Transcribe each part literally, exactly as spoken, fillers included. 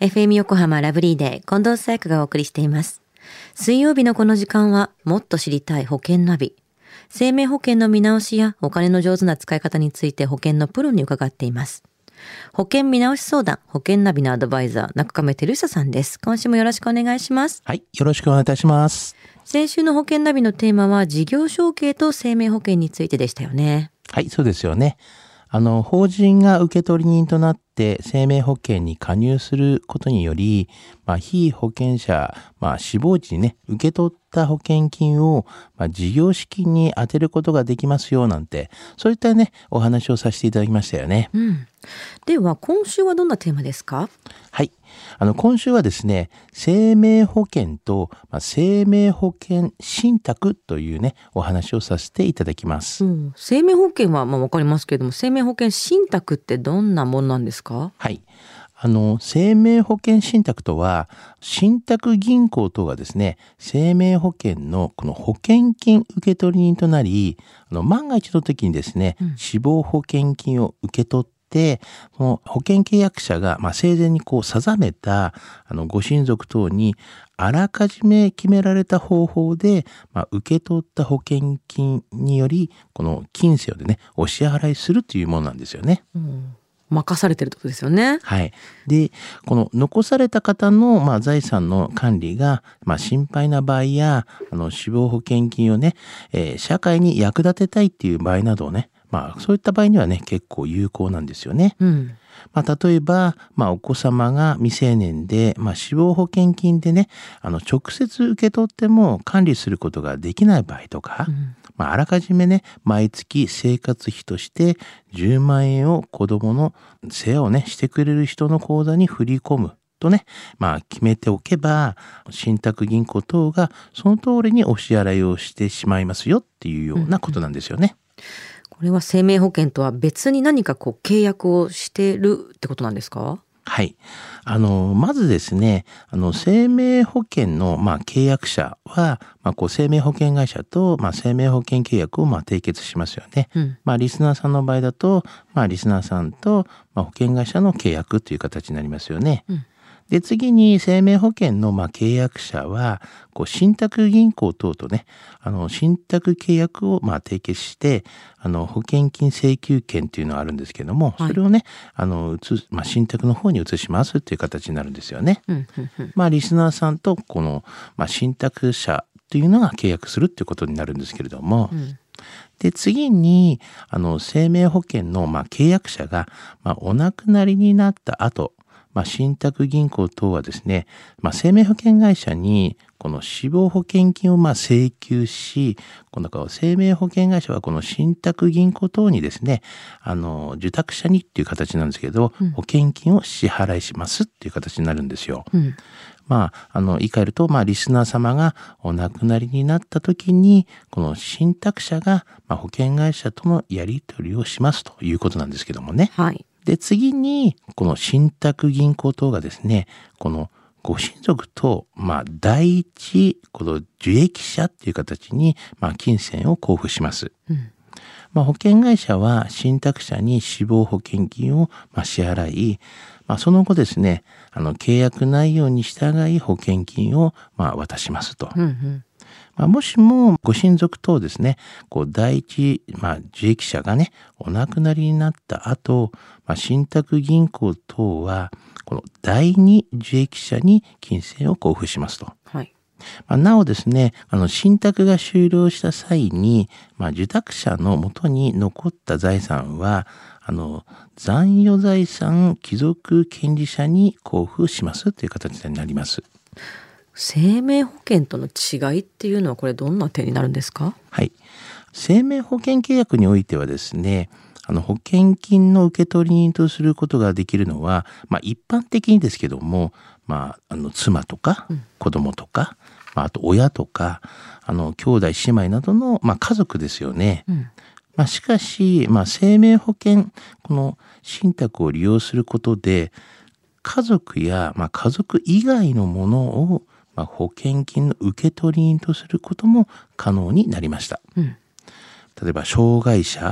エフエム 横浜ラブリーデー近藤紗友香がお送りしています。水曜日のこの時間はもっと知りたい保険ナビ。生命保険の見直しやお金の上手な使い方について保険のプロに伺っています。保険見直し相談保険ナビのアドバイザー中亀照久さんです。今週もよろしくお願いします。 はい、よろしくお願いいたします。 先週の保険ナビのテーマは事業承継と生命保険についてでしたよね。 はい、そうですよね。あの法人が受取人となって生命保険に加入することにより、まあ、被保険者、まあ、死亡時にね受け取った保険金を、まあ、事業資金に充てることができますよなんて、そういったねお話をさせていただきましたよね。 うん、では今週はどんなテーマですか？ はい、あの今週はですね、生命保険と、まあ、生命保険信託というねお話をさせていただきます。 うん、生命保険はまあ分かりますけれども、生命保険信託ってどんなものなんですか？ はい、あの生命保険信託とは、信託銀行等がですね生命保険のこの保険金受取人となり、あの万が一の時にですね、うん、死亡保険金を受け取ってでその保険契約者が、まあ、生前にこう定めたあのご親族等にあらかじめ決められた方法で、まあ、受け取った保険金によりこの金銭をでねお支払いするというものなんですよね。 うん、任されてるってことですよね。 はい。で、この残された方の、まあ、財産の管理が、まあ、心配な場合やあの死亡保険金をね、えー、社会に役立てたいっていう場合などをね、まあ、そういった場合にはね結構有効なんですよね。うん、まあ、例えば、まあ、お子様が未成年で、まあ、死亡保険金でねあの直接受け取っても管理することができない場合とか、うん、まあ、あらかじめね毎月生活費としてじゅうまんえんを子どもの世話をねしてくれる人の口座に振り込むとね、まあ、決めておけば信託銀行等がその通りにお支払いをしてしまいますよっていうようなことなんですよね。 うん、これは生命保険とは別に何かこう契約をしてるってことなんですか？ はい。あの、まずですね、あの、生命保険の、まあ、契約者は、まあ、こう、生命保険会社と、まあ、生命保険契約を、まあ、締結しますよね。うん、まあ、リスナーさんの場合だと、まあ、リスナーさんと、まあ、保険会社の契約という形になりますよね。うん、で、次に生命保険の、まあ、契約者は、こう、信託銀行等とね、あの、信託契約を、まあ、締結して、あの、保険金請求権っていうのがあるんですけども、それをね、あの、移す、まあ、信託の方に移しますっていう形になるんですよね。うんうんうん、まあ、リスナーさんと、この、まあ、信託者っていうのが契約するっていうことになるんですけれども、うん、で、次に、あの、生命保険の、まあ、契約者が、まあ、お亡くなりになった後、まあ、信託銀行等はですね、まあ、生命保険会社にこの死亡保険金をまあ請求し、この生命保険会社はこの信託銀行等にですね、あの受託者にっていう形なんですけど、うん、保険金を支払いしますっていう形になるんですよ。うん、まあ、あの言い換えると、まあ、リスナー様がお亡くなりになった時にこの信託者がまあ保険会社とのやり取りをしますということなんですけどもね。はい。で、次に、この信託銀行等がですね、このご親族と、まあ、第一、この受益者っていう形に、まあ、金銭を交付します。うん、まあ、保険会社は信託者に死亡保険金を、まあ、支払い、まあ、その後ですね、あの、契約内容に従い保険金を、まあ、渡しますと。うんうん、まあ、もしもご親族等ですね、こう第一、まあ、受益者がね、お亡くなりになった後、まあ、信託銀行等は、この第二受益者に金銭を交付しますと。はい。まあ、なおですね、あの、信託が終了した際に、まあ、受託者の元に残った財産は、あの、残余財産帰属権利者に交付しますという形になります。 生命保険との違いっていうのはこれどんな点になるんですか？ はい。生命保険契約においてはですね、あの保険金の受取人とすることができるのは、まあ、一般的にですけども、まあ、あの妻とか子供とか、うん、まあ、あと親とかあの兄弟姉妹などの、まあ、家族ですよね。うん、まあ、しかし、まあ、生命保険この信託を利用することで家族や、まあ、家族以外のものを、まあ、保険金の受取人とすることも可能になりました。うん、例えば障害者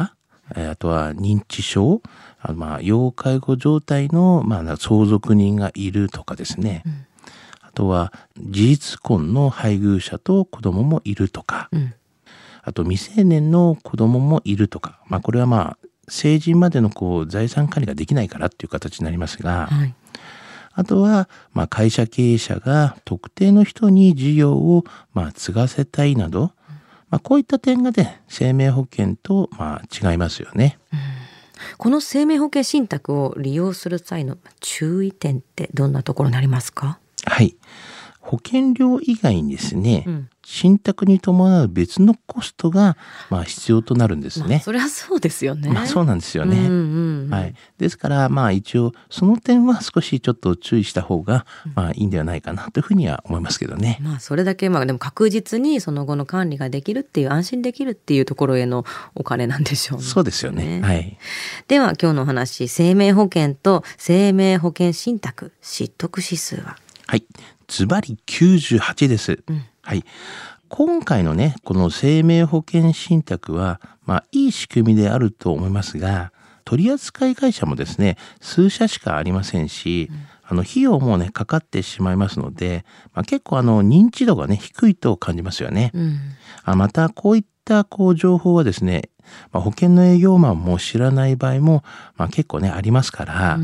あとは認知症、あまあ要介護状態の、まあ、相続人がいるとかですね、うん、あとは事実婚の配偶者と子供もいるとか、うん、あと未成年の子供もいるとか、まあ、これはまあ成人までのこう財産管理ができないからっていう形になりますが、はい、あとはまあ会社経営者が特定の人に事業をまあ継がせたいなど、まあ、こういった点がね生命保険とまあ違いますよね。 うん、この生命保険信託を利用する際の注意点ってどんなところになりますか？ はい。保険料以外にですね、うん、信託に伴う別のコストがまあ必要となるんですね。まあ、 それはそうですよね。 まあ、そうなんですよね。うんうんうん、はい。ですからまあ一応その点は少しちょっと注意した方がまあいいんではないかなというふうには思いますけどね。 まあそれだけまあでも確実にその後の管理ができるっていう安心できるっていうところへのお金なんでしょうね。 そうですよね。はい。 では今日のお話、生命保険と生命保険信託知得指数は？ はい。ズバリきゅうじゅうはちです。うん、はい。今回のね、この生命保険信託は、まあ、いい仕組みであると思いますが、取扱会社もですね、数社しかありませんし、うん、あの、費用もね、かかってしまいますので、まあ、結構あの、認知度がね、低いと感じますよね。うん、あまた、こういったこう情報はですね、まあ、保険の営業マンも知らない場合も、まあ、結構ねありますから、うん、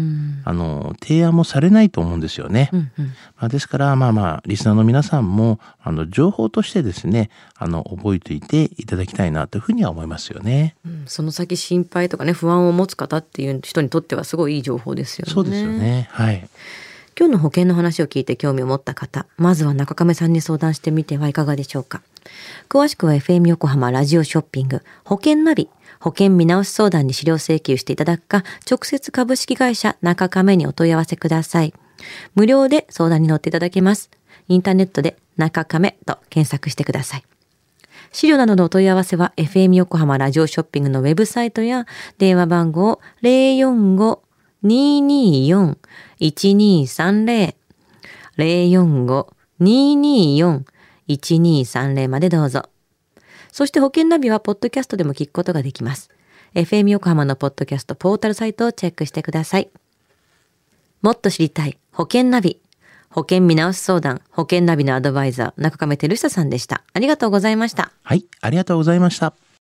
あの提案もされないと思うんですよね。うんうん、まあ、ですからまあまあリスナーの皆さんもあの情報としてですねあの覚えていていただきたいなというふうには思いますよね。 うん、その先心配とかね不安を持つ方っていう人にとってはすごいいい情報ですよね。 そうですよね。はい。 今日の保険の話を聞いて興味を持った方、まずは中亀さんに相談してみてはいかがでしょうか。詳しくは エフエム 横浜ラジオショッピング保険ナビ保険見直し相談に資料請求していただくか、直接株式会社中亀にお問い合わせください。無料で相談に乗っていただけます。インターネットで中亀と検索してください。資料などのお問い合わせは エフエム 横浜ラジオショッピングのウェブサイトや電話番号 ゼロよんご にーにーよん いちにーさんゼロ ゼロよんご にーにーよん いちにーさんゼロ までどうぞ。そして保険ナビはポッドキャストでも聞くことができます。エフエム 横浜のポッドキャストポータルサイトをチェックしてください。もっと知りたい保険ナビ。保険見直し相談、保険ナビのアドバイザー、中亀照久さんでした。ありがとうございました。 はい、ありがとうございました。